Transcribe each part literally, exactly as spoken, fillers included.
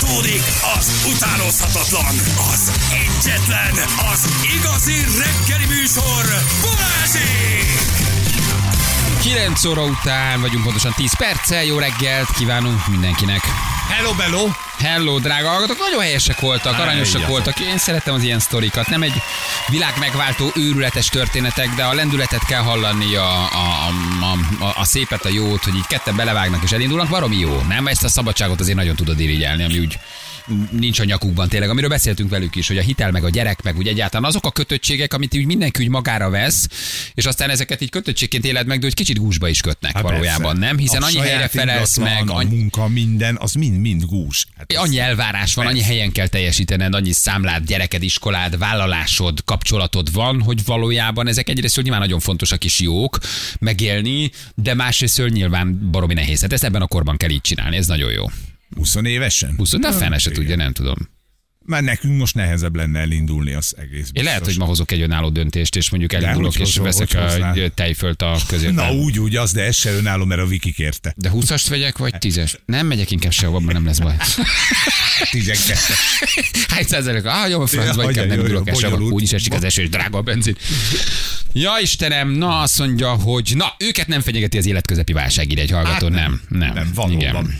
Fújtatódik az utánozhatatlan, az egyetlen, az igazi reggeli műsor, Balázsék! kilenc óra után vagyunk, pontosan tíz perccel. Jó reggelt kívánunk mindenkinek. Hello, bello! Hello, drága hallgatók, nagyon helyesek voltak, aranyosak Hello. voltak. Én szeretem az ilyen sztorikat. Nem egy világ megváltó, őrületes történetek, de a lendületet kell hallani, a, a, a, a, a szépet, a jót, hogy így ketten belevágnak és elindulnak. Baromi jó, nem? Ezt a szabadságot azért nagyon tudod irigyelni, ami úgy nincs a nyakukban tényleg, amiről beszéltünk velük is, hogy a hitel, meg a gyerek, meg úgy egyáltalán azok a kötöttségek, amit úgy mindenki úgy magára vesz, és aztán ezeket így kötöttségként éled meg, de hogy kicsit gúzsba is kötnek hát valójában, persze. Nem? Hiszen a annyi helyre felelsz meg, a annyi, munka, minden, az mind-mind gúzs. Hát annyi elvárás van, persze. Annyi helyen kell teljesítened, annyi számlád, gyereked, iskolád, vállalásod, kapcsolatod van, hogy valójában ezek egyrészt nyilván nagyon fontosak és jók megélni, de másrészt nyilván baromi nehéz. Hát ezt ebben a korban kell így csinálni, ez nagyon jó. húsz évesen? húsz, de fene se tudja, nem tudom. Már nekünk most nehezebb lenne elindulni az egész biztos. Én lehet, hogy ma hozok egy önálló döntést, és mondjuk elindulok, és hozol, veszek a tejfölt a középen. Na úgy, úgy, az, de ez se önálló, mert a Viki kérte. De húszast vegyek, vagy tízes? Nem megyek inkább sehova, mert nem lesz baj. tizenkettő. Hány százalék? Ah, jó, a francba, inkább nem indulok el sehova. Úgyis esik az eső, és drága a benzin. Ja, Istenem, na azt mondja, hogy na, őket nem fenyegeti az életközepi válság, ide egy hallgató. Hát nem, nem, nem, nem valóban. Igen.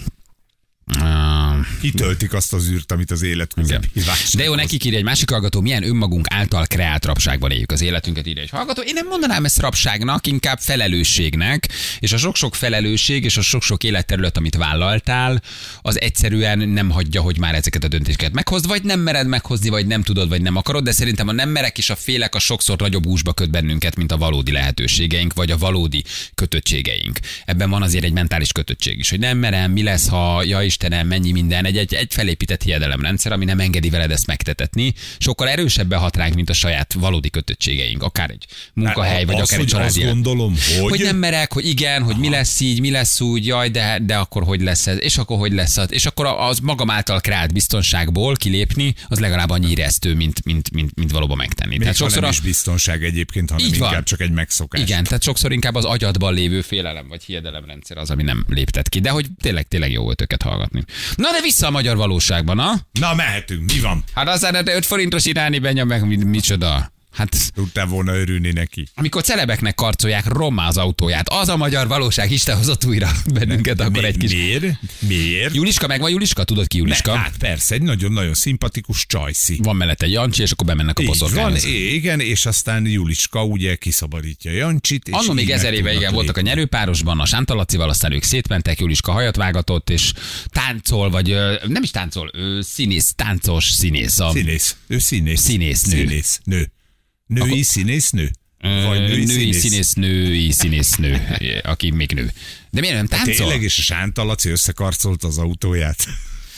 Kitöltik azt az űrt, amit az életközepi válság. De jó, nekik írja egy másik hallgató, milyen önmagunk által kreált rabságban éljük az életünket, írja egy hallgató. Én nem mondanám ezt rabságnak, inkább felelősségnek, és a sok-sok felelősség és a sok-sok életterület, amit vállaltál, az egyszerűen nem hagyja, hogy már ezeket a döntéseket meghozd, vagy nem mered meghozni, vagy nem tudod, vagy nem akarod, de szerintem a nem merek és a félek a sokszor nagyobb húsba köt bennünket, mint a valódi lehetőségeink, vagy a valódi kötöttségeink. Ebben van azért egy mentális kötöttség is, hogy nem merem, mi lesz, ha ja Istenem, mennyi minden, egy, egy, egy felépített hiedelemrendszer, ami nem engedi veled ezt megtetetni, sokkal erősebben hat ránk, mint a saját valódi kötöttségeink, akár egy munkahely, vagy az, akár egy család. Azt gondolom, hogy... hogy nem merek, hogy igen, hogy Aha. mi lesz így, mi lesz úgy, jaj, de, de akkor hogy lesz ez, és akkor hogy lesz az, és akkor az magam által kreált biztonságból kilépni, az legalább annyi ijesztő, mint, mint, mint, mint valóban megtenni. Még tehát sokszor nem a... is biztonság egyébként, hanem inkább van. Csak egy megszokás. Igen, tehát sokszor inkább az agyadban lévő félelem, vagy hiedelemrendszer az, ami nem léptet ki, de hogy tényleg, tényleg jó volt őket hallgatni. Na de vissza a magyar valóságban, na? Na mehetünk, mi van? Hát aztán öt forintos iráni benyom meg micsoda. Hát, tudtál volna örülni neki. Amikor celebeknek karcolják rommá az autóját, az a magyar valóság, Isten hozott újra bennünket, akkor Mi, egy kis... Miért? Miért? Juliska, megvan Juliska? Tudod ki Juliska? Ne, hát persze, egy nagyon-nagyon szimpatikus csajszi. Van mellette egy Jancsi, és akkor bemennek a boszorkányhoz. Van, igen, és aztán Juliska ugye kiszabadítja Jancsit. Anno még ezer éve igen, voltak a nyerőpárosban, a Sánta Lacival, aztán ők szétmentek, Juliska hajat vágatott, és táncol, vagy nem is táncol, ő színész, táncos színész. A... Színész, ő színész. Színész, nő. Színész, nő. Női Akkor... színésznő? Vagy női, női színész, női színésznő, aki még nő. De miért nem táncol? Tényleg, és a Sánta Laci összekarcolta az autóját.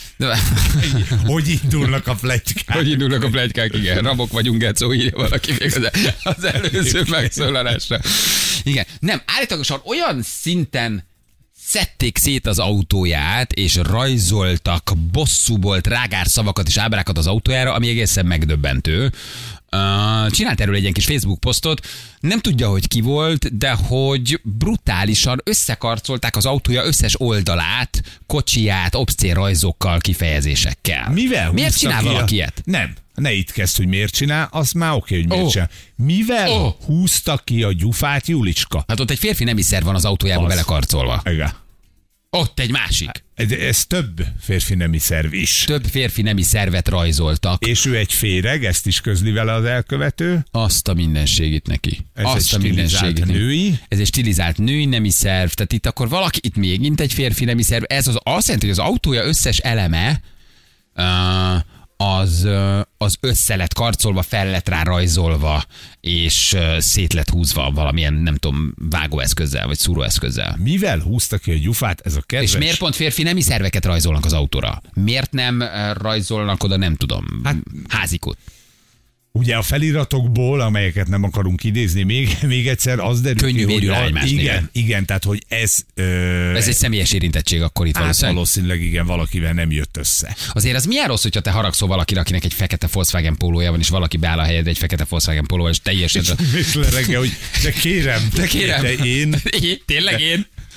Hogy indulnak a pletykák? Hogy indulnak a pletykák, igen. Rabok vagyunk, Gecó, írja valaki még az, az előző megszólalásra. Igen. Nem, állítólagosan olyan szinten szedték szét az autóját, és rajzoltak bosszúból trágár szavakat és ábrákat az autójára, ami egészen megdöbbentő. Uh, csinált erről egy ilyen kis Facebook posztot, nem tudja, hogy ki volt, de hogy brutálisan összekarcolták az autója összes oldalát, kocsiját, obszcén rajzokkal, kifejezésekkel. Mivel? Miért csinál valaki a... ilyet? Nem. Ne itt kezd, hogy miért csinál, az már oké, hogy miért oh. csinál. Mivel oh. húzta ki a gyufát Julicska? Hát ott egy férfi nemi szerv van az autójába belekarcolva. Igen. Ott egy másik. Ez, ez több férfi nemi szerv is. Több férfi nemi szervet rajzoltak. És ő egy féreg, ezt is közli vele az elkövető. Azt a mindenségét neki. Ez Azt egy a mindenségét női. Ez egy stilizált női nemi szerv. Tehát itt akkor valaki, itt még mint egy férfi nemi szerv. Ez az, azt jelenti, hogy az autója összes eleme uh, az, az össze lett karcolva, fel lett rá rajzolva, és szét lett húzva valamilyen, nem tudom, vágóeszközzel, vagy szúróeszközzel. Mivel húzta ki a gyufát ez a kedves? És miért pont férfi nemi szerveket rajzolnak az autóra? Miért nem rajzolnak oda, nem tudom, hát, házikot? Ugye a feliratokból, amelyeket nem akarunk idézni még, még egyszer, az derül könnyű ki, vérű hogy a, igen, igen, igen, tehát hogy ez... Ö, ez egy személyes érintettség akkor itt hát valószínűleg. valószínűleg igen, valakivel nem jött össze. Azért az milyen rossz, hogyha te haragszol valakire, akinek egy fekete Volkswagen pólója van, és valaki beáll a helyedre egy fekete Volkswagen pólóval, és teljesen... És le reggel, hogy de kérem, de kérem, de én... én, tényleg én?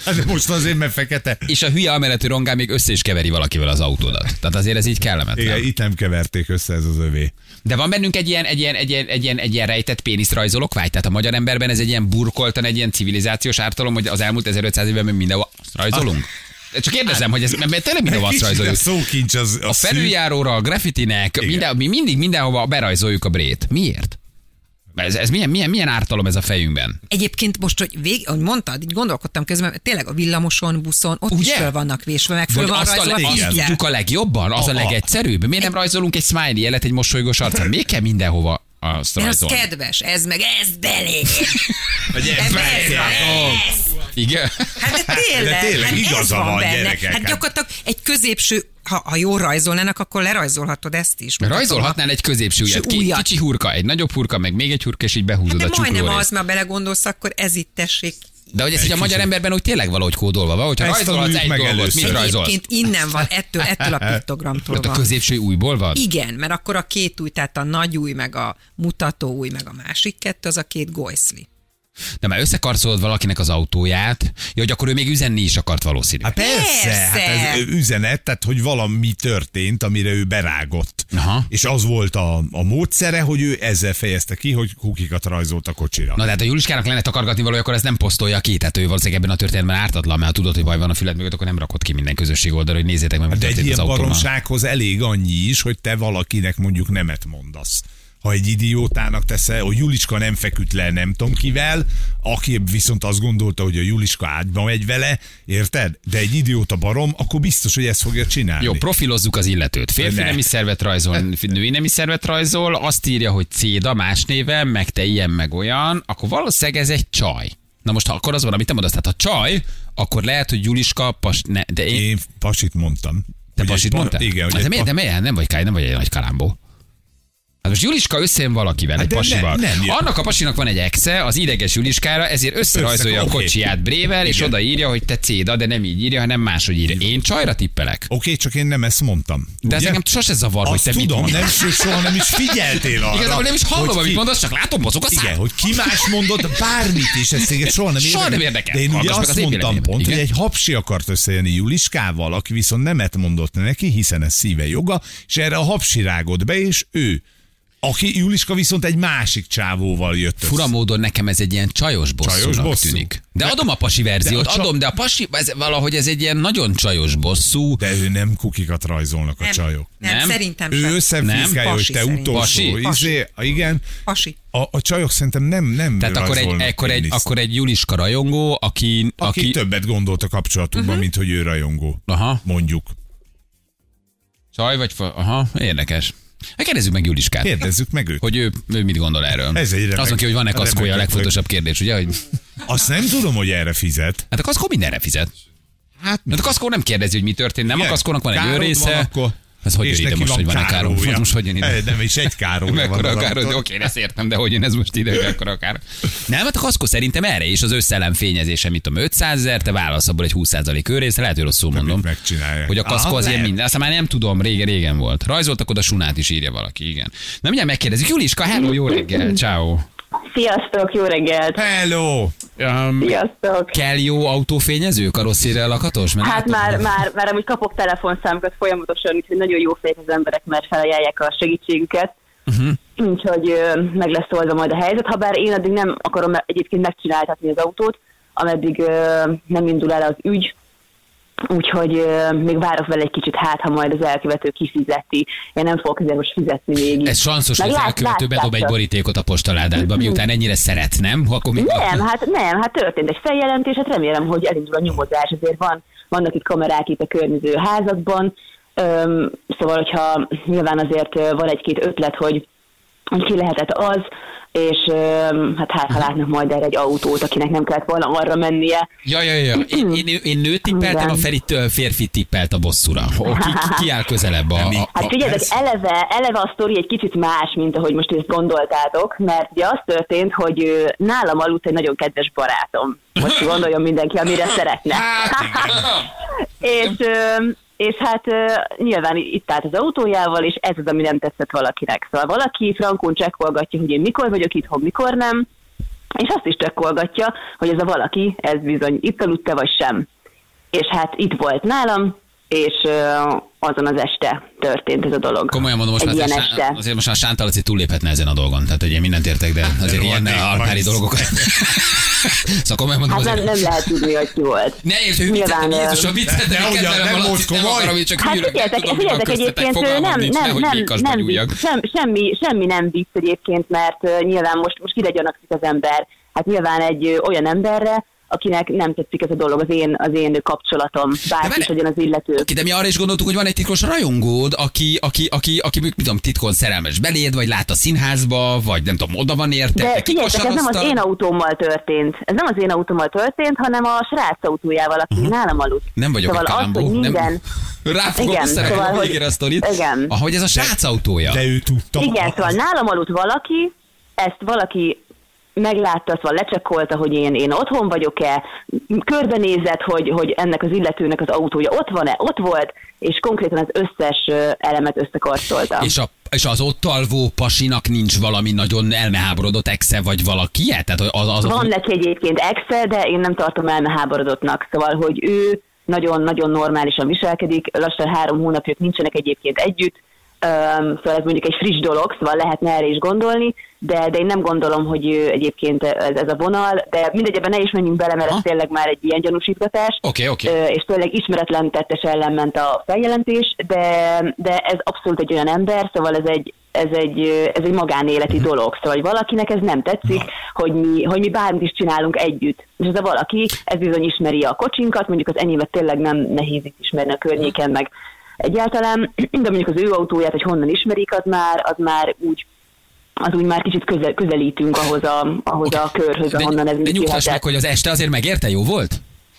Hát most azért, mert fekete. És a hülye ameletű rongán még össze is keveri valakivel az autódat. Tehát azért ez így kellemetlen. Igen, itt nem keverték össze, ez az övé. De van bennünk egy ilyen, egy ilyen, egy ilyen, egy ilyen, egy ilyen rejtett péniszrajzolók vágy? Tehát a magyar emberben ez egy ilyen burkoltan, egy ilyen civilizációs ártalom, hogy az elmúlt ezerötszáz évben még mindenhol azt rajzolunk? Csak kérdezem, hogy ez, mert tényleg mindenhol azt rajzoljuk. A szókincs az, A felüljáróra, a graffitinek, minden, mi mindig mindenhova berajzoljuk a brét. Miért? Ez, ez milyen, milyen, milyen ártalom ez a fejünkben? Egyébként most, hogy, vég, ahogy mondtad, így gondolkodtam közben, tényleg a villamoson, buszon, ott Ugye? is föl vannak vésve, meg föl Vagy van azt, a, rajzolva azt vízzel. tudjuk a legjobban, az a, a legegyszerűbb. Miért nem rajzolunk egy smiley jelet, egy mosolygós arccal? Miért kell mindenhova azt Mert az rajzolni? kedves, ez meg ez belé. Vagy ez Ez, belé. ez. Igen? Hát de tényleg, De tényleg hát ez igaza van, benne. gyerekek. Hát gyakorlatilag egy középső, ha, ha jól rajzolnának, akkor lerajzolhatod ezt is. Rajzolhatnál egy középső ujjat, Ki, ujjat. kicsi hurka, egy nagyobb hurka, meg még egy hurka, és így behúzod Hát a de majdnem csukló az, részt. mert belegondolsz, akkor ez itt tessék. De hogy ez így a magyar emberben úgy tényleg valahogy kódolva van, hogyha Ezt rajzolhatsz tanuljuk egy meg dolgot, először. mit rajzolsz? Egyébként innen van, ettől, ettől a piktogramtól Ott a van. középső ujjból van? Igen, mert akkor a két ujj, tehát a nagy ujj, meg a mutató ujj, meg a másik kettő, az a két gojszli. De már összekarcolod valakinek az autóját, ja, hogy akkor ő még üzenni is akart valószínűleg. Hát persze, Persze. hát ez üzenet, tehát hogy valami történt, amire ő berágott. Aha. És az volt a, a módszere, hogy ő ezzel fejezte ki, hogy kukikat rajzolt a kocsira. Na de hát a Juliskának lenne takargatni valója, akkor ezt nem posztolja ki. Tehát ő valószínűleg ebben a történetben ártatlan, mert ha tudod, hogy baj van a füled mögött, akkor nem rakod ki minden közösség oldalra, hogy nézzétek meg, mi De egy történt az ilyen autóban. baromsághoz elég annyi is, hogy te valakinek mondjuk nemet mondasz. Ha egy idiótának teszel, hogy Juliska nem feküdt le nem tudom kivel, aki viszont azt gondolta, hogy a Juliska ágyba megy vele, érted? De egy idióta barom, akkor biztos, hogy ezt fogja csinálni. Jó, profilozzuk az illetőt. Férfi Ne. nemi szervet rajzol, női nemi szervet rajzol, azt írja, hogy Céda más néven, meg te ilyen, meg olyan, akkor valószínűleg ez egy csaj. Na most ha akkor az van, amit te mondasz, tehát ha csaj, akkor lehet, hogy Juliska, pas, ne, de én, Én pasit mondtam. te Hogy pasit egy mondtál? Igen, hogy de egy miért, de miért? Nem vagy kály, nem vagy egy nagy kalambó. Hát most Juliska összejön valakivel, Hát egy de pasival. nem, nem jön. Annak a pasinak van egy exe, az ideges Juliskára, ezért összerajzolja Össze- a oké. kocsiját Brével, és Igen. odaírja, hogy te Céda, de nem így írja, hanem máshogy írja. Én csajra tippelek. Oké, csak én nem ezt mondtam. De ez ugye? engem sose zavar, hogy Azt te mit tudom, mondasz. nem, sőt, soha nem is figyeltél arra. Igazából nem is hallom, hogy amit ki- mondasz, csak látom, mozog a szám. Igen, hogy ki más mondott bármit is, ez téged soha nem Soha nem érdekel. De én ugye Hallgass meg azt az én mondtam véleményemet. pont, hogy Igen. egy hapsi akart összejönni Juliskával, aki viszont nemet mondott neki, hiszen ez szíve joga, és erre a hapsi rágott be, és ő. Aki Juliska viszont egy másik csávóval jött össze. Fura módon nekem ez egy ilyen csajos bosszúnak Csajos bosszú? tűnik. De adom a pasi verziót, De a csa- adom, de a pasi, ez, valahogy ez egy ilyen nagyon csajos bosszú. De ő nem kukikat rajzolnak a Nem, csajok. nem, Nem? szerintem Ő sem. összefizgálja, hogy Pasi te szerint. utolsó. Pasi? Izé, igen, Pasi. a, a csajok szerintem nem, nem Tehát akkor egy, rajzolnak akkor, egy, péniszt. akkor egy Juliska rajongó, aki... Aki, aki többet gondolt a kapcsolatukban, uh-huh. mint hogy ő rajongó. Aha. Mondjuk. Csaj vagy... Fa... Aha, érdekes. Hát kérdezzük meg Juliskát. Kérdezzük meg őt. Hogy ő, ő mit gondol erről. Ez egy remek- Azon ki, hogy van-e kaszkója, a remek legfontosabb kérdés, ugye? Hogy... Azt nem tudom, hogy erre fizet. Hát a kaszkó mindenre fizet. Hát Hát a kaszkó nem kérdezi, hogy mi történt, nem a igen, kaszkónak van egy károd őrésze. van, akkor... Ez hogy és jön ide neki most, hogy van-e károm? kárója. Most hogy jön ide? Nem is egy kárója van. Mekkora az a kár, autón. oké, ezt értem, de hogy jön ez most ide, hogy mekkora a kár. Nem, hát a kaszkó szerintem erre is az összelem fényezése, mit tudom, ötszázezer, te válasz abból egy húsz százalék őrészre, lehet, hogy rosszul mondom. megcsinálják. Hogy a kaszkó Aha, az ilyen lehet. minden, aztán már nem tudom, régen, régen volt. Rajzoltak oda Sunát is, írja valaki, igen. Na mindjárt megkérdezik, Juliska, hello, jó reggel, ciao. Sziasztok, jó reggelt! Hello! Um, Sziasztok! kell jó autófényező, karosszéria lakatos? Mert Hát látom, már, hogy- már, már amúgy kapok telefonszámokat folyamatosan, úgyhogy nagyon jó fejek az emberek, mert felajánlják a segítségüket. Uh-huh. Úgyhogy ö, meg lesz oldva majd a helyzet, ha bár én addig nem akarom egyébként megcsináltatni az autót, ameddig ö, nem indul el az ügy, úgyhogy ö, még várok vele egy kicsit, hát ha majd az elkövető kifizeti. Én nem fogok ezért most fizetni végig. Ez sanszos, Meg hogy lát- elkövető bedob egy látjátok. borítékot a postaládádba, miután ennyire szeret, nem? Akkor még Nem, hát nem, hát történt egy feljelentés, hát remélem, hogy elindul a nyomozás, azért van, vannak itt kamerák itt a környező házakban, Öm, szóval, hogyha nyilván azért ö, van egy-két ötlet, hogy, hogy ki lehetett az, és öm, hát hát ha látnak majd erre egy autót, akinek nem kellett volna arra mennie. Ja, ja, ja. Én, én, én nőt tippeltem, a Feri től férfi tippelt a bosszúra. Ó, Ki, ki, ki áll közelebb a... a, Hát a figyeljetek, ez- eleve, eleve a sztori egy kicsit más, mint ahogy most ezt gondoltátok, mert ugye az történt, hogy ö, nálam aludt egy nagyon kedves barátom. Most gondoljon mindenki, amire szeretne. és, ö, és hát ö, nyilván itt állt az autójával, és ez az, ami nem tetszett valakinek. Szóval valaki frankon csekkolgatja, hogy én mikor vagyok itthon, mikor nem, és azt is csekkolgatja, hogy ez a valaki, ez bizony itt aludt-e vagy sem. És hát itt volt nálam, és uh, azon az este történt ez a dolog. Komolyan mondom, most Egy már ilyen te, este. azért most már Sántál Laci túlléphetne ezen a dolgon. Tehát, hogy én mindent értek, de azért De ilyen rohadt alkári négy dolgokat. Szóval komolyan mondom, Hát nem, azért... nem lehet tudni, hogy ki volt. Ne értsd, hogy Nyilván, vicceltem, Jézusom, vicceltem, de ugyan, kedvelem nem a volt Lacit, nem komoly. akarom, én csak Hát hűlök, nem figyeljetek, tudom, mi van figyeljetek köztetek, egyébként fogalmam nem, nincs, nem, nehogy nem, vékasba nem, gyújjak. vicc, sem, semmi, semmi nem vicc egyébként, mert uh, nyilván most, most kire gyanakszik az ember. Hát nyilván egy uh, olyan emberre, akinek nem tetszik ez a dolog, az én, az én kapcsolatom, bárki is legyen az illető. Oké, de mi arra is gondoltuk, hogy van egy titkos rajongód, aki, aki, aki, aki mit tudom, titkon szerelmes beléd, vagy lát a színházba, vagy nem tudom, oda van érte. De figyeljetek, ez nem az én autómmal történt. Ez nem az én autómmal történt, hanem a srác autójával, aki uh-huh. nálam aludt. Nem vagyok szóval egy kalambó. Az, hogy minden... Nem... Ráfogom a szerelem szóval, a végére a sztorit. Igen. Ahogy ez a srác autója. De ő tudta. Igen, szóval nálam aludt valaki, ezt valaki meglátta, szóval lecsekkolta, hogy én, én otthon vagyok-e, körbenézett, hogy, hogy ennek az illetőnek az autója ott van-e, ott volt, és konkrétan az összes elemet összekarcolta. És, a, és az ott alvó pasinak nincs valami nagyon elmeháborodott exe, vagy valaki? Tehát az, az, az... Van neki egyébként exe, de én nem tartom elmeháborodottnak, szóval, hogy ő nagyon-nagyon normálisan viselkedik, lassan három hónapja nincsenek egyébként együtt, Um, szóval ez mondjuk egy friss dolog, szóval lehetne erre is gondolni, de, de én nem gondolom, hogy egyébként ez, ez a vonal, de mindegy, ebben ne is menjünk bele, mert ez tényleg már egy ilyen gyanúsítgatás, okay, okay. Uh, és tényleg ismeretlen tettes ellen ment a feljelentés, de, de ez abszolút egy olyan ember, szóval ez egy, ez egy, ez egy magánéleti uh-huh. dolog, szóval hogy valakinek ez nem tetszik, no. hogy, mi, hogy mi bármit is csinálunk együtt. És ez a valaki, ez bizony ismeri a kocsinkat, mondjuk az enyémet tényleg nem nehéz itt ismerni a környéken, meg egyáltalán, de mondjuk az ő autóját, hogy honnan ismerik, az már, az már úgy, az úgy már kicsit közel, közelítünk ahhoz a, ahhoz okay. a körhöz, ahonnan ez de nyugtass meg, hogy az este azért megérte, jó volt?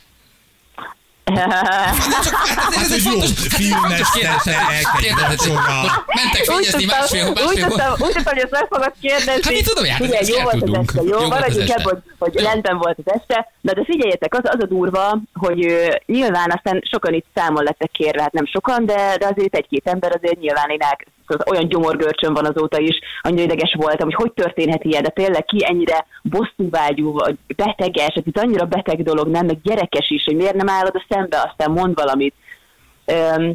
Hát, hogy jó, filmeztette, elkezdett mentek fényezni másfél, másfél. Úgy tudtam, hogy ezt meg fogod kérdezni. Hát mi tudom, jár, figyelj, jó volt az este, jó, maradjunk ebben, hogy, hogy lenten volt az este, de, de figyeljetek, az, az a durva, hogy uh, nyilván aztán sokan itt számon lettek kérve, hát nem sokan, de, de azért egy-két ember azért nyilván én el, olyan gyomorgörcsön van azóta is, annyira ideges voltam, hogy hogy történhet ilyen, de tényleg ki ennyire bosszúvágyú, vagy beteges, ez annyira beteg dolog, nem, meg gyerekes is, hogy miért nem állod a szembe, aztán mond valamit. Üm,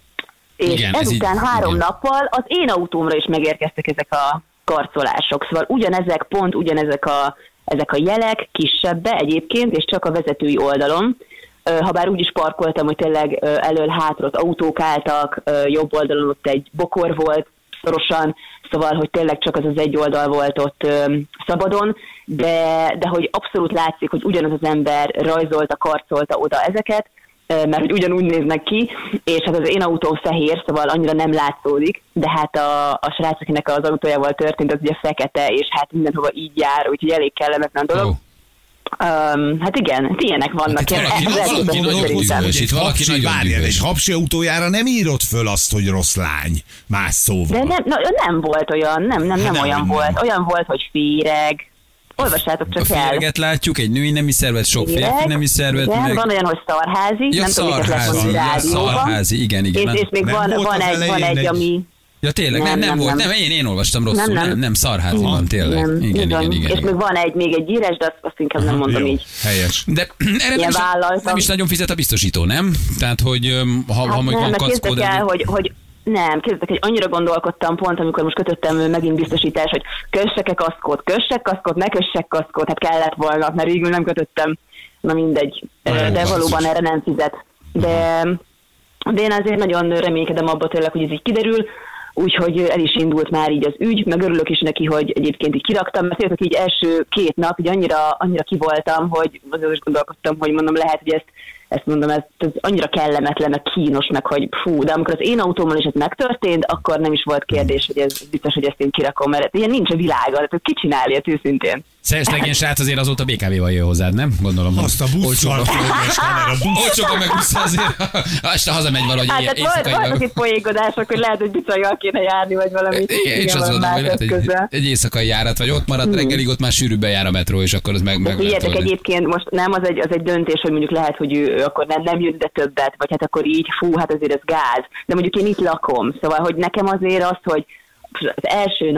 és igen, ezután ez három igen. nappal az én autómra is megérkeztek ezek a karcolások, szóval ugyanezek, pont ugyanezek a, ezek a jelek, kisebbe egyébként, és csak a vezetői oldalon, habár úgy is parkoltam, hogy tényleg elől-hátra ott autók álltak, jobb oldalon ott egy bokor volt szorosan, szóval, hogy tényleg csak az az egy oldal volt ott szabadon, de, de hogy abszolút látszik, hogy ugyanaz az ember rajzolta, karcolta oda ezeket, mert hogy ugyanúgy néznek ki, és hát az én autóm fehér, szóval annyira nem látszódik, de hát a, a srác, akinek az autójával történt, az ugye fekete, és hát mindenhova így jár, úgyhogy elég kellemetlen dolog. Oh. Um, hát igen, ilyenek vannak. Hát valaki, valaki nagyon húzós, itt valaki nagyon várjál, egy hapsi autójára nem írott föl azt, hogy rossz lány, más szóval. De nem, na, nem volt olyan, nem, nem, nem, nem olyan nem. volt. Olyan volt, hogy féreg. Olvassátok csak a el. A féreget látjuk, egy női nemi szervet, sok férfi nemi szervet. Igen, meg... van olyan, hogy szarházi. Ja, nem szarházi, tudom, ja, szarházi, igen, igen. És, és még van, van, egy, van egy, ami... Ja, tényleg, nem, nem, nem, nem volt, nem, én, én olvastam rosszul, nem, nem, nem, nem szarházi van, tényleg. Nem, igen, igen, igen, igen. És még van egy, még egy íres, de azt, azt inkább nem mondom így. Helyes. De erre nem is, nem is nagyon fizet a biztosító, nem? Tehát, hogy ha, hát ha majd van kackod... el, hogy, hogy nem, képzeljétek, hogy annyira gondolkodtam pont, amikor most kötöttem megint biztosítás, hogy kössek-e kaszkót, kössek kaszkót, ne kössek kaszkót, hát kellett volna, mert végül nem kötöttem. Na mindegy. De, de valóban erre nem fizet. De, de én azért nagyon reménykedem abba tényleg, hogy ez így kiderül, úgyhogy el is indult már így az ügy, meg örülök is neki, hogy egyébként így kiraktam, mert féltek így első két nap, így annyira, annyira kivoltam, hogy azért is gondolkodtam, hogy mondom, lehet, hogy ezt, ezt mondom, ez, ez annyira kellemetlen, meg kínos, meg hogy fú, de amikor az én autómmal is ez megtörtént, akkor nem is volt kérdés, hogy ez biztos, hogy ezt én kirakom, mert ilyen nincs a világon, tehát ki csinálja őszintén. Szereslegény srác azért azóta bé ká vé-val jön hozzád, nem? Gondolom. Azt a buszsal olcsóban meg busz azért. Este hazamegy valahogy hát, éjszakai. Hát voltak itt poénkodások, hogy lehet, hogy bicajjal kéne járni, vagy valami. Igen, és azt mondom, hogy lehet egy, egy éjszakai járat, vagy ott maradt reggelig, ott már sűrűbben jár a metró, és akkor az meg meg. Figyeljetek, egyébként most nem az egy, az egy döntés, hogy mondjuk lehet, hogy ő akkor nem, nem jön, de többet, vagy hát akkor így, fú, hát azért ez gáz. De mondjuk én itt lakom, szóval, hogy nekem azért az, hogy az első nap,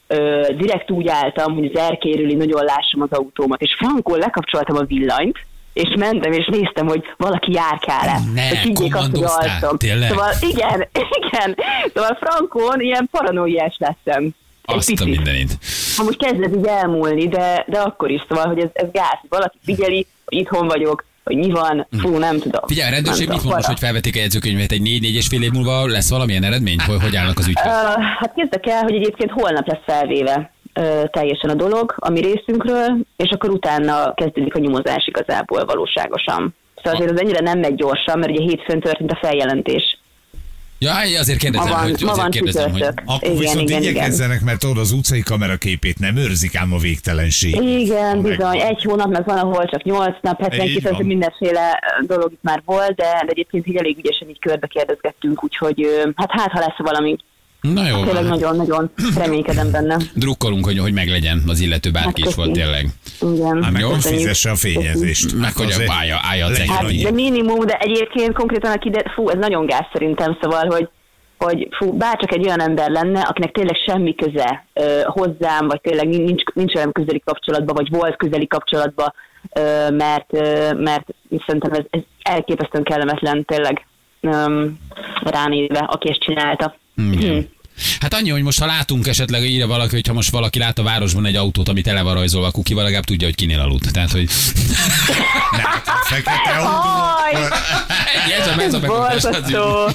ö, direkt úgy álltam, hogy az erkéről én nagyon lássam az autómat, és frankon lekapcsoltam a villanyt, és mentem, és néztem, hogy valaki járkál-e. Ne, hogy higgyék azt, hogy kommandoztál, alszom. tényleg? Szóval igen, igen. Szóval frankon ilyen paranoiás lettem. Azt a mindenit. Ha most kezdett így elmúlni, de, de akkor is, szóval, hogy ez, ez gáz. Valaki figyeli, hogy itthon vagyok, hogy mi van, fú, nem tudom. Figyelj, a rendőrség Nem mit tudom, mond most, hogy felvették a jegyzőkönyvet egy négy, négy és fél év múlva lesz valamilyen eredmény? Hogy, hogy állnak az ügyhöz? Uh, hát kezdek el, hogy egyébként holnap lesz felvéve uh, teljesen a dolog, a mi részünkről, és akkor utána kezdődik a nyomozás igazából valóságosan. Szóval azért az ennyire nem megy gyorsan, mert ugye hétfőn történt a feljelentés. Ja, azért kérdezem, Ma van, hogy, ma azért van kérdezem, hogy... csütörtök. Akkor Igen, viszont igen, igyekezzenek, mert ott az utcai kameraképét nem őrzik ám a végtelenség. Igen, bizony. Megvan. Egy hónap, meg van, ahol csak nyolc nap, Így hetvenkét, van. mindenféle dolog itt már volt, de, de egyébként így elég ügyesen így körbe kérdezgettünk, úgyhogy ö, hát hát, ha lesz valami. Na jó, Tényleg van. nagyon-nagyon reménykedem benne. Drukkolunk, hogy, hogy meglegyen az illető, bárki Hát is volt köszi. tényleg. Igen. Hát meg Jó. hogy Köszönjük. fizesse a fényezést. Meg Hát hogy azért állja, állja a legyen cegét. Hát, annyi. de minimum, de egyébként konkrétan aki, de, fú, ez nagyon gáz szerintem, szóval, hogy, hogy fú, bárcsak egy olyan ember lenne, akinek tényleg semmi köze ö, hozzám, vagy tényleg nincs, nincs olyan közeli kapcsolatban, vagy volt közeli kapcsolatban, ö, mert, ö, mert szerintem ez, ez elképesztően kellemetlen tényleg ö, ránézve, aki ezt csinálta. Igen. Hm. Hát annyi, hogy most ha látunk esetleg, írja valaki, hogy ha most valaki lát a városban egy autót, amit ele van rajzolva, akkor ki legalább tudja, hogy kinél aludt. Tehát, hogy Ne, hát a fekete autó. Aj, ez a, ez a megoldás. az borzasztó.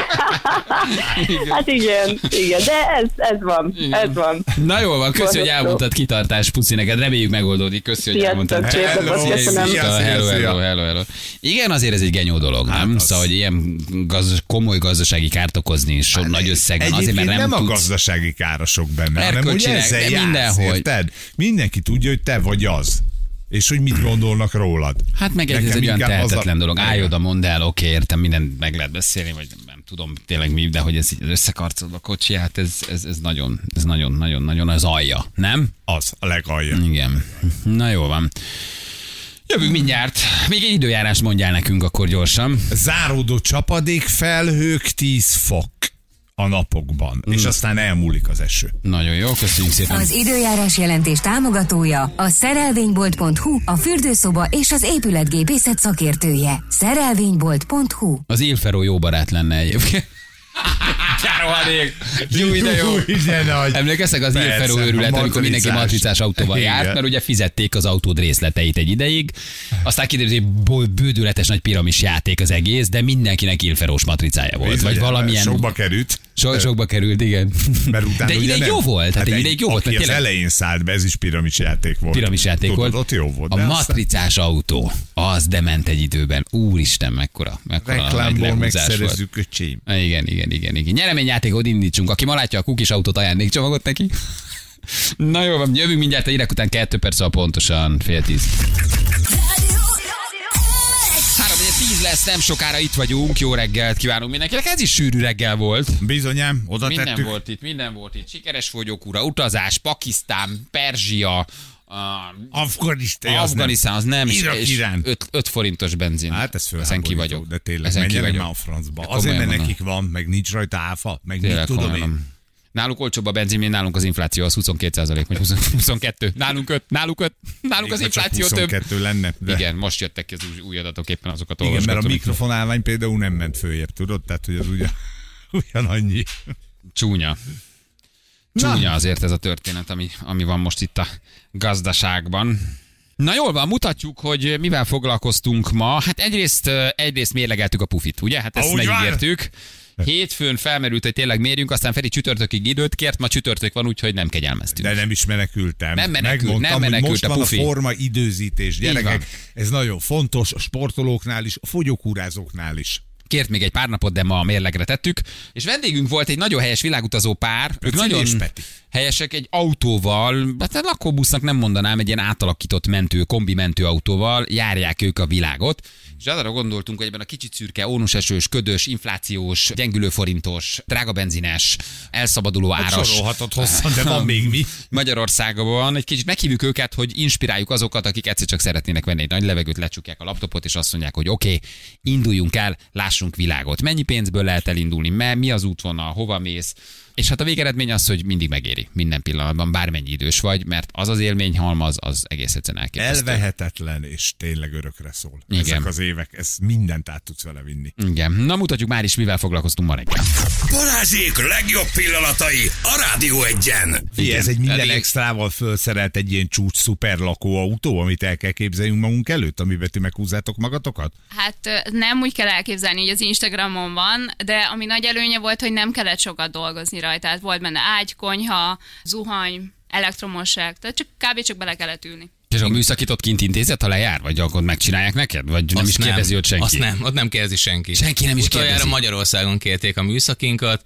így. Hát igen, igen, de ez, ez van, ez van. Na jól van, köszi, hogy Borzasztó. elmondtad, kitartás, puszi neked, reméljük megoldódik, köszi, hogy Sziasztok, elmondtad. szép Hello, napot, köszönöm. szia, szia, Hello, szia. hello, hello, hello. Igen, azért ez egy genyó dolog, Hát nem? az. Szóval, hogy ilyen gaz, komoly gazdasági kárt okozni, és so, nagy összegben, azért, mert Egyébként nem, nem a tudsz. gazdasági károsok benne, hanem hogy Erkölcsileg, ezzel de jársz, mindenhogy. érted? Mindenki tudja, hogy te vagy az. És hogy mit gondolnak rólad. Hát meg egy, ez Nekem egy olyan inkább az a- tehetetlen dolog. Állj Igen. oda, mondd el, oké, értem, mindent meg lehet beszélni, vagy nem tudom tényleg mi, de hogy ez így összekarcolva a kocsi, hát ez, ez, ez nagyon, ez nagyon, nagyon, nagyon az alja, nem? Az a legalja. Igen. Na jó van. Jövünk mindjárt. Még egy időjárást mondjál nekünk akkor gyorsan. Záródó csapadék, felhők, tíz fok a napokban. Mm. És aztán elmúlik az eső. Nagyon jó, köszönjük szépen. Az időjárás jelentés támogatója a szerelvénybolt pont hu, a fürdőszoba és az épületgépészet szakértője. szerelvénybolt pont hu. Az Ilferó jó barát lenne egyébként. Rohadék. Jó, de jó. Ide nagy. Emlékeztek az Persze, Ilferó a őrület, amikor mindenki matricás. matricás autóval Igen. járt, mert ugye fizették az autód részleteit egy ideig, aztán kiderült, hogy bo- bődületes nagy piramis játék az egész, de mindenkinek Ilferós matricája volt, vagy valamilyen... Sokba került. So, sokba került, igen. Mert utána de ugye ideig nem. jó volt, hát egy egy- ideig jó volt, aki mert az tényleg elején szállt be, ez is piramis játék volt. piramis játék Tudod, volt. ott jó volt. A de aztán matricás autó, az dement egy időben. Úristen, mekkora, mekkora nagy reklámból lehúzás volt. megszerezzük, öcsém. Igen, igen, igen, igen. Nyereményjátékot indítsunk. Aki ma látja a kukis autót, ajándékcsomagot neki. Na jó, van, jövünk mindjárt a hírek után kettő perc, szóval pontosan fél tíz. Három tíz lesz, nem sokára itt vagyunk. Jó reggelt kívánunk mindenkinek. Ez is sűrű reggel volt. Bizonyám, oda Minden tettük. volt itt, minden volt itt. Sikeres fogyókúra, utazás, Pakisztán, Perzsia, uh, Afganisztán, az Afganisztán, az nem, és, Irak, és Irán. öt forintos benzin. Hát ez Ezen ki fölháborító, vagyok. de tényleg, Ezen ki menjenek vagyok. már a francba. De Azért, komolyan mert mondom. nekik van, meg nincs rajta áfa, meg mit Tényleg tudom komolyan én. mondom. Náluk olcsóbb a benzin, mint nálunk az infláció, az huszonkét százalék, vagy huszonkettő. Nálunk öt, náluk öt, nálunk az Még ha csak infláció több. huszonkettő lenne. De Igen, most jöttek ki az új, új adatok, éppen azokat igen, mert a olvasgatom. mikrofonálvány például nem ment följebb, tudod? Tehát, hogy az ugyan, ugyanannyi. Csúnya. Csúnya azért ez a történet, ami, ami van most itt a gazdaságban. Na jól van, mutatjuk, hogy mivel foglalkoztunk ma. Hát egyrészt, egyrészt mérlegeltük a pufit, ugye? Hát ezt Ahogy van. megígértük. Hétfőn felmerült, hogy tényleg mérjünk, aztán Feri csütörtökig időt kért, ma csütörtök van, úgyhogy nem kegyelmeztünk. De nem is menekültem. Nem menekült, Megmondtam, nem menekült hogy most a van pufi. a forma időzítés, van. gyerekek. Ez nagyon fontos a sportolóknál is, a fogyókúrázóknál is. Kért még egy pár napot, de ma a mérlegre tettük. És vendégünk volt egy nagyon helyes világutazó pár. Ők Cili nagyon és Peti. helyesek, egy autóval, hát lakóbusznak nem mondanám, egy ilyen átalakított mentő, kombi mentőautóval járják ők a világot. És arra gondoltunk, hogy ebben a kicsit szürke, ónusesős, ködös, inflációs, gyengülő forintos, drága benzines, elszabaduló Hát áras sorolhatod hosszan, de van még mi. Magyarországon egy kicsit meghívjuk őket, hogy inspiráljuk azokat, akik egyszer csak szeretnének venni egy nagy levegőt, lecsukják a laptopot, és azt mondják, hogy oké, okay, induljunk el, lássunk világot. Mennyi pénzből lehet elindulni, mi az útvonal, hova mész, és hát a végeredmény az, hogy mindig megéri. mesélni minden pillanatban, bármennyi idős vagy, mert az az élményhalmaz, az egész egyszerűen elképesztő. Elvehetetlen, és tényleg örökre szól. Igen. Ezek az évek, ez mindent át tudsz vele vinni. Igen. Na mutatjuk már is, mivel foglalkoztunk ma reggel. Balázsék legjobb pillanatai a Rádió Egyen. Igen, ez egy minden elég- extrával fölszerelt egy ilyen csúcs szuper lakóautó, amit el kell képzeljünk magunk előtt, amiben ti meghúzzátok magatokat? Hát ö, nem úgy kell elképzelni, hogy az Instagramon van, de ami nagy előnye volt, hogy nem kellett sokat dolgozni rajta. Tehát volt benne ágy, konyha, zuhany, elektromosság, tehát csak kb. Csak bele kellett ülni. És a műszakit ott kint intézet, ha lejár? Vagy akkor megcsinálják neked? Vagy nem Azt is kérdezi ott senki? Azt nem, ott nem kérdezi senki. Senki nem is Utoljára kérdezi. Magyarországon kérték a műszakinkat.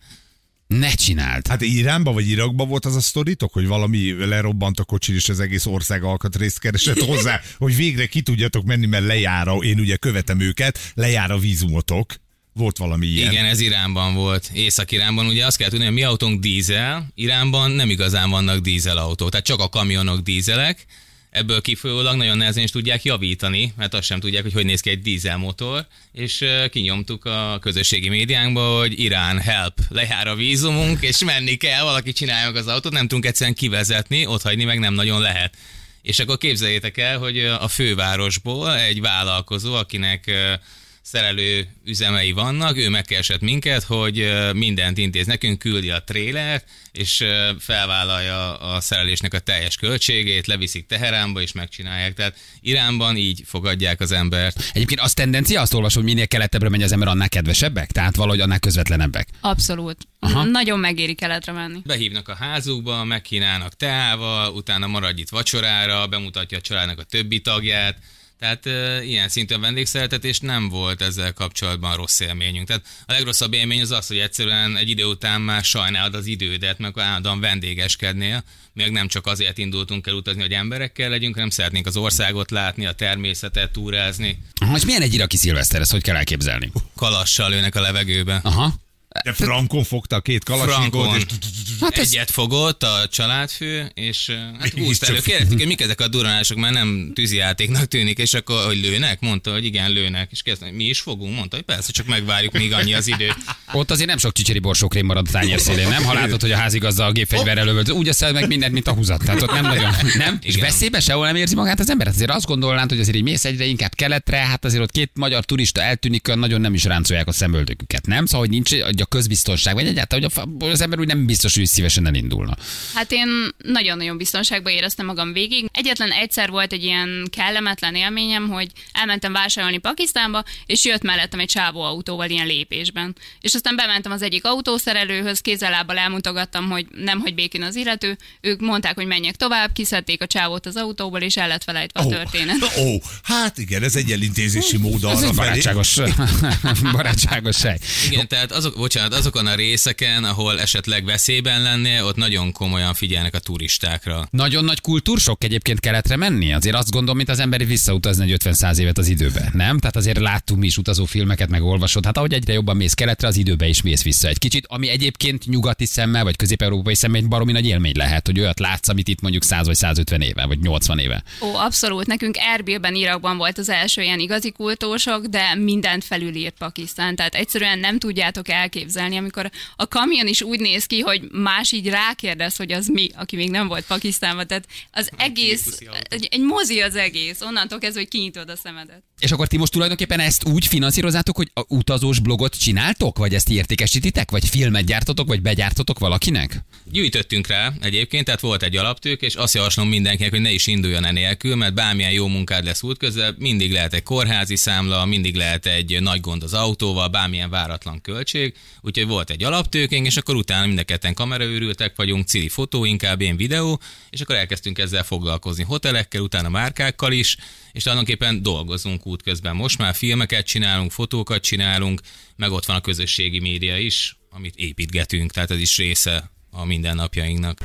Ne csináld. Hát Iránban vagy Irakban volt az a sztoritok, hogy valami lerobbant a kocsin, és az egész ország alkatrészt keresett hozzá, hogy végre ki tudjatok menni, mert lejár a, én ugye követem őket, lejár a vízumotok. Volt valami ilyen. Igen, ez Iránban volt. Észak-Iránban ugye azt kell tudni, hogy mi autónk dízel, Iránban nem igazán vannak dízelautók, tehát csak a kamionok dízelek. Ebből kifolyólag nagyon nehezen is tudják javítani, mert azt sem tudják, hogy hogy néz ki egy dízelmotor, és uh, kinyomtuk a közösségi médiánkba, hogy Irán, help, lejár a vízumunk, és menni kell, valaki csinálja meg az autót, nem tudunk egyszerűen kivezetni, otthagyni meg nem nagyon lehet. És akkor képzeljétek el, hogy a fővárosból egy vállalkozó, akinek uh, szerelő üzemei vannak, ő megkeresett minket, hogy mindent intéz nekünk, küldi a trélert, és felvállalja a szerelésnek a teljes költségét, leviszik Teheránba, és megcsinálják. Tehát Iránban így fogadják az embert. Egyébként az tendencia, azt olvasom, hogy minél keletebbre megy az ember, annál kedvesebbek? Tehát valahogy annál közvetlenebbek. Abszolút. Aha. Nagyon megéri keletre menni. Behívnak a házukba, megkínálnak teával, utána maradj itt vacsorára, bemutatja a családnak a többi tagját. Tehát e, ilyen szintű a vendégszeretetés, nem volt ezzel kapcsolatban rossz élményünk. Tehát a legrosszabb élmény az az, hogy egyszerűen egy idő után már sajnálod az idődet, meg állandóan vendégeskednél. Még nem csak azért indultunk el utazni, hogy emberekkel legyünk, hanem szeretnénk az országot látni, a természetet, túrázni. Aha, és milyen egy iraki szilveszter, ezt hogy kell elképzelni? Kalassal lőnek a levegőbe. Aha. De Frankon fogta a két kalasnyikot, Frankon. és Hát ez- Egyet fogott a családfő, és hát És húzta csak- elő. Kérdeztük, hogy mik ezek a duranások, már nem tűzijátéknak tűnik, és akkor, hogy lőnek? Mondta, hogy igen, lőnek. És kezdte, mi is fogunk? Mondta, hogy persze, csak megvárjuk, míg annyi az idő. Ott azért nem sok csicseri borsókrém marad a tányér szélén, nem? Ha látod, hogy a házigazda a gépfegyverrel lövöld, úgy eszel meg mindent, mint a húzat. Tehát ott nem nagyon, nem? És Igen. veszélybe sehol nem érzi magát az ember. Hát azért azt gondolnád, hogy azért így mész egyre inkább keletre, hát azért ott két magyar turista eltűnik, olyan nagyon nem is ráncolják a szemöldöküket, nem? Szóval, hogy nincs hogy a közbiztonság, vagy egyáltalán, hogy a- az ember úgy nem biztos, hogy szívesen elindulna. Hát én nagyon-nagyon biztonságban éreztem magam végig. Egyetlen egyszer volt egy ilyen kellemetlen élményem, hogy elmentem vásárolni Pakisztánba, és jött mellettem egy csávó autóval ilyen lépésben. És aztán bementem az egyik autószerelőhöz, kézzel-lábbal elmutogattam, hogy nem hagy békén az illető. Ők mondták, hogy menjek tovább, kiszedték a csávót az autóból, és el lett felejtve a történet. Ó, oh, hát igen, ez egy elintézési mód Ez arra egy felé. barátságos, barátságos sej. Igen, tehát azok, bocsánat, azokon a részeken, ahol esetleg veszélyben lennél, ott nagyon komolyan figyelnek a turistákra. Nagyon nagy kultúrsok egyébként keletre menni? Azért azt gondolom, mint az ember visszautazni egy ötven-száz évet az időbe, nem? Tehát azért láttunk mi is utazó filmeket, meg olvasod. Hát ahogy egyre jobban mész keletre, az időbe is mész vissza egy kicsit, ami egyébként nyugati szemmel, vagy közép-európai szemmel egy baromi nagy élmény lehet, hogy olyat látsz, amit itt mondjuk száz vagy százötven éve, vagy nyolcvan éve. Ó, abszolút. Nekünk Erbilben, Irakban volt az első ilyen igazi kultósok, de mindent felülírt Pakisztán. Tehát egyszerűen nem tudjátok elképzelni, amikor a kamion is úgy néz ki, hogy más így rákérdez, hogy az mi, aki még nem volt Pakisztánban. Tehát az egész, egy, egy mozi az egész. Onnantól kezdve, hogy kinyitod a szemedet. És akkor ti most tulajdonképpen ezt úgy finanszírozzátok, hogy a utazós blogot csináltok, vagy ezt értékesítitek, vagy filmet gyártotok, vagy begyártotok valakinek? Gyűjtöttünk rá egyébként, tehát volt egy alaptők, és azt javaslom mindenkinek, hogy ne is induljon enélkül, mert bármilyen jó munkád lesz útközben, mindig lehet egy kórházi számla, mindig lehet egy nagy gond az autóval, bármilyen váratlan költség. Úgyhogy volt egy alaptőkénk, és akkor utána mind a ketten kameraőrültek vagyunk, cili fotó, inkább én videó, és akkor elkezdtünk ezzel foglalkozni hotelekkel, utána márkákkal is, és tulajdonképpen dolgozunk útközben. Most már filmeket csinálunk, fotókat csinálunk, meg ott van a közösségi média is, amit építgetünk, tehát ez is része a mindennapjainknak.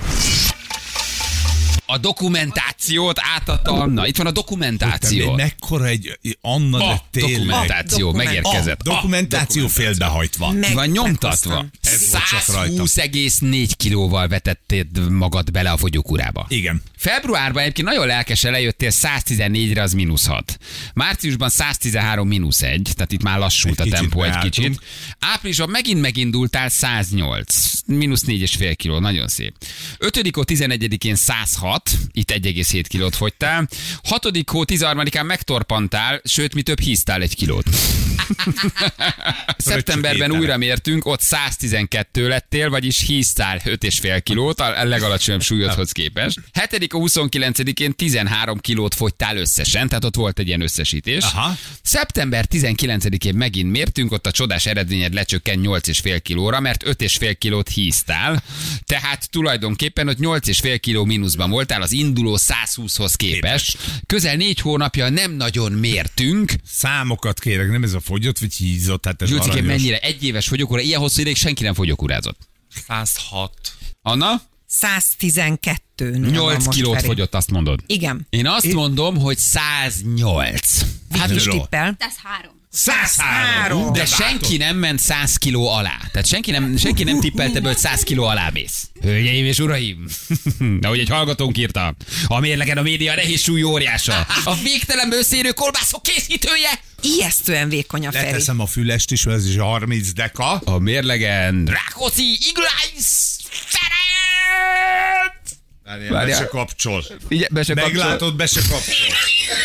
A dokumentációt átadta Anna. Itt van a dokumentáció. Te, mekkora egy Anna, A de tényleg. dokumentáció Dokument- megérkezett. A dokumentáció A félbehajtva. Ki van Meg- nyomtatva. meghoztam. Ez volt csak rajta. száz húsz egész négy kilóval vetetted magad bele a fogyókúrába. Igen. Februárban egyébként nagyon lelkesen lejöttél, száz tizennégyre az mínusz hat. Márciusban száz tizenhárom mínusz egy, tehát itt már lassult Egy a tempó egy beálltunk. kicsit. Áprilisban megint megindultál száz nyolc, mínusz négy és fél kiló, nagyon szép. ötödik hó tizenegyedikén száz hat, itt egy egész hét kilót fogytál. hatodik hó tizenharmadikán megtorpantál, sőt, mi több híztál egy kilót. Szeptemberben étele. újra mértünk, ott száz tizenkettő lettél, vagyis híztál öt és fél kilót, a legalacsonyabb súlyodhoz képest. hetedik hó huszonkilencedikén tizenhárom kilót fogytál összesen, tehát ott volt egy ilyen összesítés. Aha. Szeptember tizenkilencedikén megint mértünk, ott a csodás eredményed lecsökkent nyolc és fél kilóra, mert öt és fél kilót híztál, tehát tulajdonképpen ott nyolc és fél kiló mínuszban voltál az induló száz húszhoz képest. Közel négy hónapja nem nagyon mértünk. Számokat kérek, nem ez a fogyott, vagy hízott, hát ez Gyurcikém, aranyos. mennyire? Egy éves fogyókúra, ilyen hosszú ideig senki nem fogyókúrázott. száz hat. Anna? száz tizenkettő. nyolc kilót fogyott, azt mondod. Igen. Én azt mondom, hogy száz nyolc. Hát is Zsó. tippel. száz három. száz három. De senki nem ment száz kiló alá. Tehát senki nem, senki nem tippelte be, hogy száz kiló alá mész. Hölgyeim és uraim, ahogy egy hallgatónk írta, a mérlegen a média nehéz súly óriása. A végtelen bőszérő kolbászok készítője. Ijesztően vékony a Feri. Leteszem a fülest is, mert ez is harminc deka. A mérlegen Rákóczi Iglájsz Ferenc. Be Várjál. se kapcsol. Figyelj, be se kapcsol. Meglátod, be se kapcsol.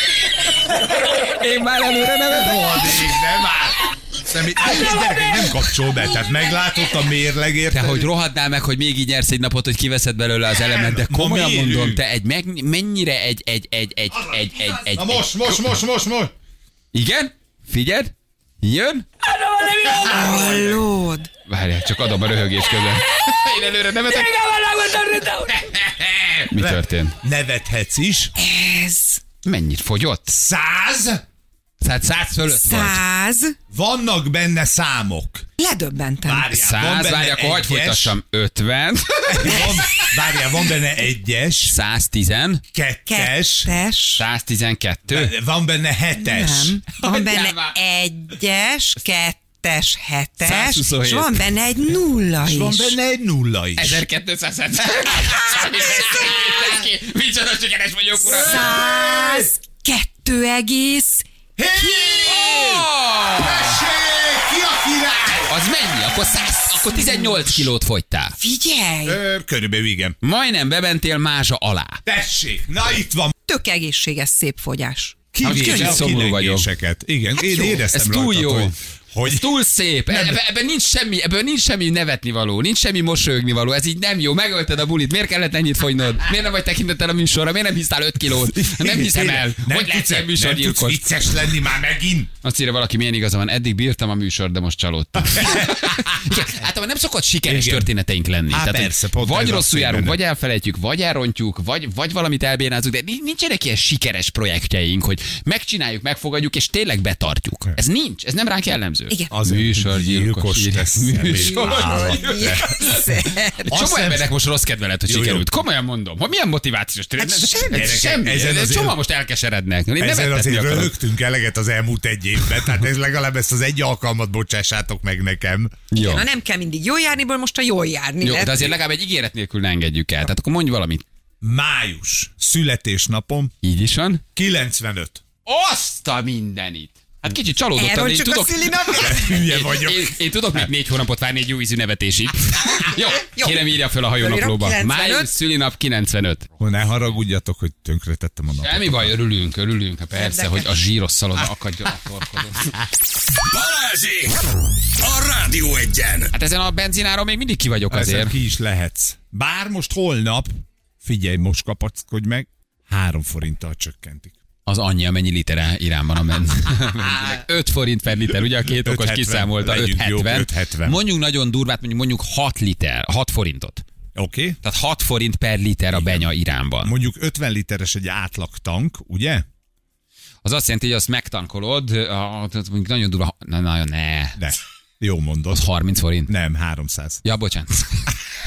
Én már előre nem Addig, nem áll. Nem, gyerekek, nem kapcsol be, tehát meglátod a mérlegért. Te, hogy rohadnál meg, hogy még így nyersz egy napot, hogy kiveszed belőle az elemet, de Ma komolyan mérünk. mondom, te egy meg, mennyire egy, egy, egy, egy, egy, egy, egy, Na most, most, most, most, most. Igen? Figyeld? Jön? Hallod? Várjál, csak adom a röhögés közben. Én előre nevetek. Mi történt? Nevethetsz is. Ez Mennyit fogyott? Száz. Száz, száz fölött vagy. száz. Vannak benne számok. Ledöbbentem. Várjál, van Száz, benne várjál, akkor hagyd egyes. folytassam. ötven. Van, várjál, van benne egyes, száztízen. kettes, Kettes. száztizenkettő. van benne hetes. Nem. Van Hagyjál benne már. egyes, kettes, hetes, százhuszonhét. és van benne egy nulla És is. van benne egy nulla is. ezerkétszáz. Micsoda sikeres vagyok, uram. Száz kettő egész. Tessék, ki a király? Az mennyi? Akkor, száz, akkor tizennyolc kilót fogytál. Figyelj! Ö, körülbelül igen. Majdnem bementél mázsa alá. Tessék, na itt van. Tök egészséges, szép fogyás. Kivéve kicsit a szomorú vagyok. kilengéseket. Igen, én jó. éreztem Ez túl rajtad, jó. hogy, hogy Ez túl szép. Ebben, ebben nincs semmi, ebben nincs semmi nevetni való, nincs semmi mosolyogni való. Ez így nem jó. Megölted a bulit. Miért kellett ennyit fogynod? Miért nem vagy tekintettel a műsorra? Miért nem hisztál öt kilót? Nem hiszem el. Nem Hogy lesz tudsz- ilyen Nem tudsz műsorgyilkos? vicces lenni már megint. Azt írja valaki, milyen igaza van. Eddig bírtam a műsor, de most csalódtam. Igen, általában nem szokott sikeres Igen. történeteink lenni. Há, hogy persze, pont vagy ez rosszul az járunk, benne. vagy elfelejtjük, vagy elrontjuk, vagy, vagy valamit elbénázunk, de nincsenek ilyen sikeres projektjeink, hogy megcsináljuk, megfogadjuk, és tényleg betartjuk. Ez nincs, ez nem ránk jellemző. Igen. Az Műsorgyilkos. lesz. Csomó Azt embernek most rossz kedve lett, hogy Jó, jó. sikerült. Komolyan mondom, hogy milyen motivációs tényleg. Hát Ez- semmi, ez gyerekek, semmi. ezen Ez- azért- Csomóan most elkeserednek. Én Ezzel nevettetni azért akarok. röhögtünk eleget az elmúlt egy évben, tehát ez legalább ezt az egy alkalmat bocsássátok meg nekem. Jó. Na nem kell mindig jól járniból, most a jól járni. Jó, mert- de azért legalább egy ígéret nélkül ne engedjük el. Tehát akkor mondj valamit. Május, születésnapom, Így is van. kilencvenöt. Azt a mindenit! Hát kicsit csalódottam, Erről én csak tudok... a szülinapját. Hülye Én, vagyok. én, én tudok még négy hónapot várni egy jó ízű nevetésig. Jó, Jó. kérem írja föl a hajónaplóba. Fölírom, kilencvenöt. Május szülinap kilencvenöt. Hogy ne haragudjatok, hogy tönkretettem a napot. Semmi baj, örülünk, örülünk. Hát persze, Érdekes. hogy a zsíros szalonna akadjon a torkodon. Balázsék! A Rádió Egyen! Hát ezen a benzináron még mindig ki vagyok Ezzel azért. ki is lehetsz. Bár most holnap, figyelj, most kapaszkodj meg, három forinttal csökkentik. Az annyi, amennyi liter Iránban a men. öt forint per liter, ugye a két okos öt hetven, kiszámolta, legyünk jók, öt hetven. öt hetven. Mondjuk nagyon durvát, mondjuk mondjuk hat liter, hat forintot. Oké? Okay? Tehát hat forint per liter a benya Iránban. Mondjuk ötven literes egy átlag tank, ugye? Az azt jelenti, hogy azt megtankolod, a, az mondjuk nagyon durva, na, nagyon ne. De. Jó mondod. Az harminc forint. Nem, háromszáz. Ja, bocsánat.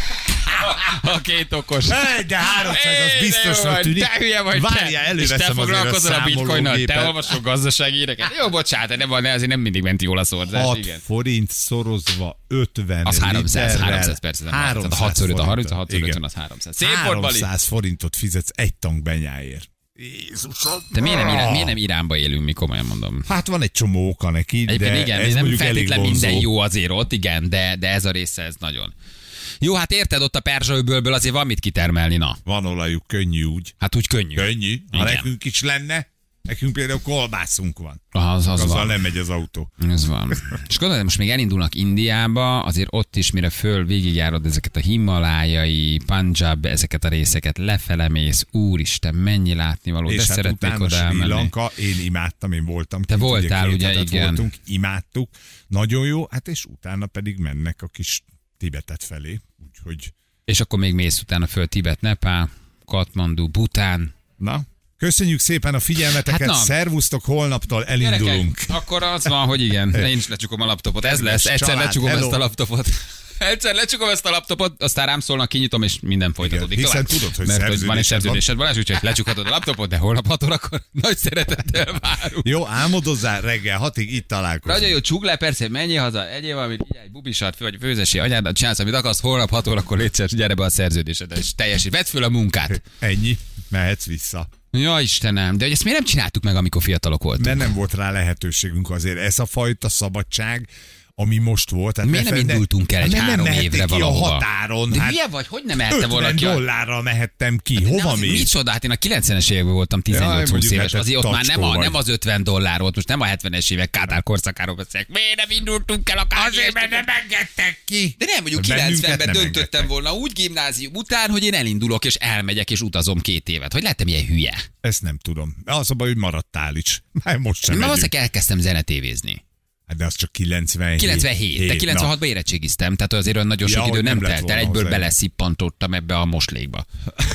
A két okos. Hey, de háromszáz az biztosnak tűnik. Te hülye vagy, Várjál, előveszem és te azért a foglalkozol a bitcoinnal, te számológépet. olvasol gazdasági híreket. Jó, bocsánat, nem van, azért nem mindig ment jól a szorzás. hat Igen. forint szorozva ötven Az háromszáz, literrel. háromszáz persze. Nem háromszáz tehát a hat szor a harminc, a forintot. hat szor Igen. ötven az háromszáz. Szép volt, Bali. háromszáz forintot fizetsz egy tank benyáért. Jézusom. De miért nem, Irán, miért nem Iránba élünk, mi komolyan mondom. Hát van egy csomó oka neki, Egyébként de igen, ez nem mondjuk elég feltétlen vonzó. minden jó azért ott, igen, de, de ez a része, ez nagyon. Jó, hát érted, ott a Perzsa-öbölből azért van mit kitermelni, na. Van olajuk, könnyű úgy. Hát úgy könnyű. Könnyű. Ha Igen. nekünk is lenne, nekünk például kolbászunk van. Az, az Azzal van. nem megy az autó. Ez van. És gondolod, most még elindulnak Indiába, azért ott is, mire föl végigjárod ezeket a himalájai, Punjab, ezeket a részeket, lefele mész, úristen, mennyi látnivaló, de És hát szeretnék utána oda Sri elmenni. Lanka, én imádtam, én voltam. Te kint, voltál, két ugye, hetet igen. Voltunk, imádtuk, nagyon jó, hát és utána pedig mennek a kis Tibetet felé, úgyhogy És akkor még mész utána föl Tibet, Nepál, Katmandu, Bután. na, köszönjük szépen a figyelmeteket, Hát na. szervusztok, holnaptól elindulunk. Gyerekek, akkor az van, hogy igen, én is lecsukom a laptopot, ez lesz, egyszer Család, lecsukom hello. ezt a laptopot. Egyszer lecsukom ezt a laptopot, aztán rám szólnak, kinyitom, és minden folytatódik. Igen, hiszen tovább. tudod, hogy Mert hogy van egy szerződésed van. szerződésed, Balázs, úgyhogy lecsukhatod a laptopot, de holnap hat órakor nagy szeretettel várunk. Jó, álmodozzál reggel hatig, itt találkozunk. Nagyon jó, csukd le, persze, menjél haza, egyél valamit, így egy bubisart, vagy főzesi anyádat, csinálsz, amit akarsz, holnap hat órakor légy szíves, gyere be a szerződésedet, és teljesít, vedd föl a munkát. Ennyi, mehetsz vissza. Ja, Istenem, de hogy ezt miért nem csináltuk meg, amikor fiatalok voltunk? Mert nem volt rá lehetőségünk azért. Ez a fajta szabadság, ami most volt. Hát Miért nem ne- indultunk el egy Hát nem három mehették évre ki valahova? a határon. De hát hülye vagy, hogy nem mehette ötven valaki? a- dollárral mehettem ki. De Hova azért mész? Micsoda, hát én a kilencvenes években voltam tizennyolc-húsz mondjuk, éves, hát azért ott már nem, tacskó a, vagy. nem az ötven dollár volt, most nem a hetvenes évek Kádár korszakáról beszélek. Miért nem indultunk el a Azért, mert nem engedtek ki. De nem, mondjuk Bennünket kilencvenben nem döntöttem engedtek. volna úgy gimnázium után, hogy én elindulok és elmegyek és utazom két évet. Hogy lettem ilyen hülye? Ezt nem tudom. Az a baj, hogy maradtál is. Már most sem Na, megyünk. aztán elkezdtem zenetévézni. Hát de az csak kilencvenhét. kilencvenhét, de Na. kilencvenhatban érettségiztem, tehát azért olyan nagyon sok Ja, idő hogy nem nem lett telt el, volna egyből hozzá. beleszippantottam ebbe a moslékba.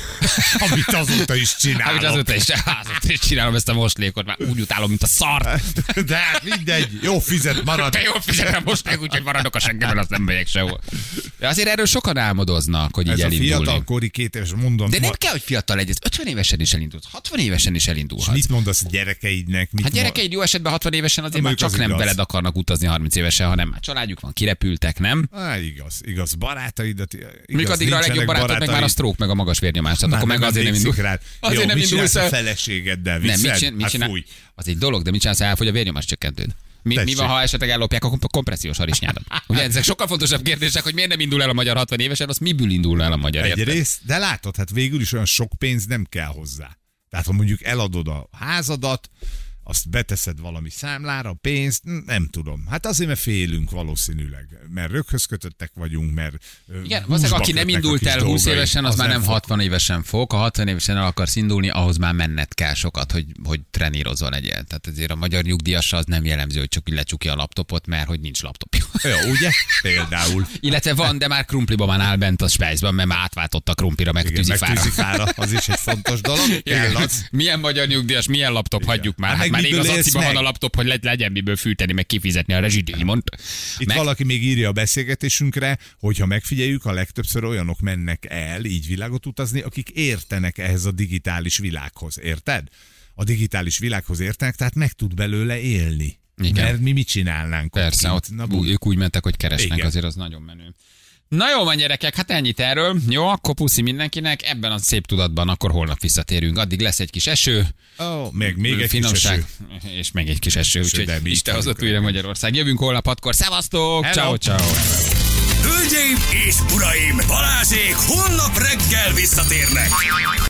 Amit azóta is csinálok. Amit azóta is, azóta is csinálom ezt a moslékot, már úgy utálom, mint a szar. De hát mindegy. Jó fizet, marad. Te jól fizetem moslék, úgyhogy maradok a sengemben, azt nem megyek sehol. De azért erről sokan álmodoznak, hogy így Ez a elindulni. fiatalkori két éves, mondom. De nem ma- kell, hogy fiatal legyen, ötven évesen is elindulsz, hatvan évesen is És elindulhatsz. mit mondasz a gyerekeidnek? Mit Hát gyerekeid jó esetben hatvan évesen azért már Mondjuk csak az nem igaz. veled akarnak utazni harminc évesen, hanem már családjuk van, kirepültek, nem? Á, igaz, igaz. Barátaidat, igaz, Mondjuk addigra a legjobb barátod meg már a stroke, meg a magas vérnyomás, tehát akkor meg azért nem indul. Rá. Azért Jó, nem mit indulsz csinálsz a el. feleségeddel? Nem, mit Viszed? csinál, mit Hát csinál? fúj. Az egy dolog, de mit csinálsz, elfogy a vérnyomás csökkentőd? Mi, mi Tessék. van, ha esetleg ellopják a komp- kompressziós harisnyádat? Ugye ezek sokkal fontosabb kérdések, hogy miért nem indul el a magyar hatvan évesen, az miből indul el a magyar, érted? Egyrészt, de látod, hát végül is olyan sok pénz nem kell hozzá. Tehát ha mondjuk eladod a házadat, azt beteszed valami számlára, pénzt, nem tudom. Hát azért, mert félünk valószínűleg. Mert röghöz kötöttek vagyunk, mert ö, Igen, húsba valószínűleg aki nem kötnek a indult kis el húsz dolgai, évesen, az, már nem fog. hatvan évesen fog. Ha hatvan évesen el akarsz indulni, ahhoz már menned kell sokat, hogy, hogy trenírozzon egyet. Tehát azért a magyar nyugdíjas az nem jellemző, hogy csak így lecsukja a laptopot, mert hogy nincs laptopja. Jó, ugye? Például. Illetve van, de már krumpliba már áll bent a Spejzben, mert már átváltott a krumplira, meg Igen, meg tűzifára. tűzifára, az is egy fontos dolog. Kell az. Milyen magyar nyugdíjas, milyen laptop, hagyjuk már. Hát Hát meg már még az miből élsz aciban van meg? a laptop, hogy le- legyen miből fűteni, meg kifizetni a rezsidíjmont. Itt Meg- valaki még írja a beszélgetésünkre, hogyha megfigyeljük, a legtöbbször olyanok mennek el így világot utazni, akik értenek ehhez a digitális világhoz. Érted? A digitális világhoz értenek, tehát meg tud belőle élni. Igen. Mert mi mit csinálnánk Persze, ott ott kint? Na, ú- ők úgy mentek, hogy keresnek, Igen. azért az nagyon menő. Na jó van, gyerekek, hát ennyit erről. Jó, akkor puszi mindenkinek. Ebben a szép tudatban akkor holnap visszatérünk. Addig lesz egy kis eső. Ó, meg még egy finomság, kis eső. és meg egy kis eső, Eső, de úgyhogy mi Isten itt hozott vagyunk. újra Magyarország. Jövünk holnap hatkor. Szevasztok! Hello. Ciao, ciao. Hölgyeim és uraim, Balázsék holnap reggel visszatérnek.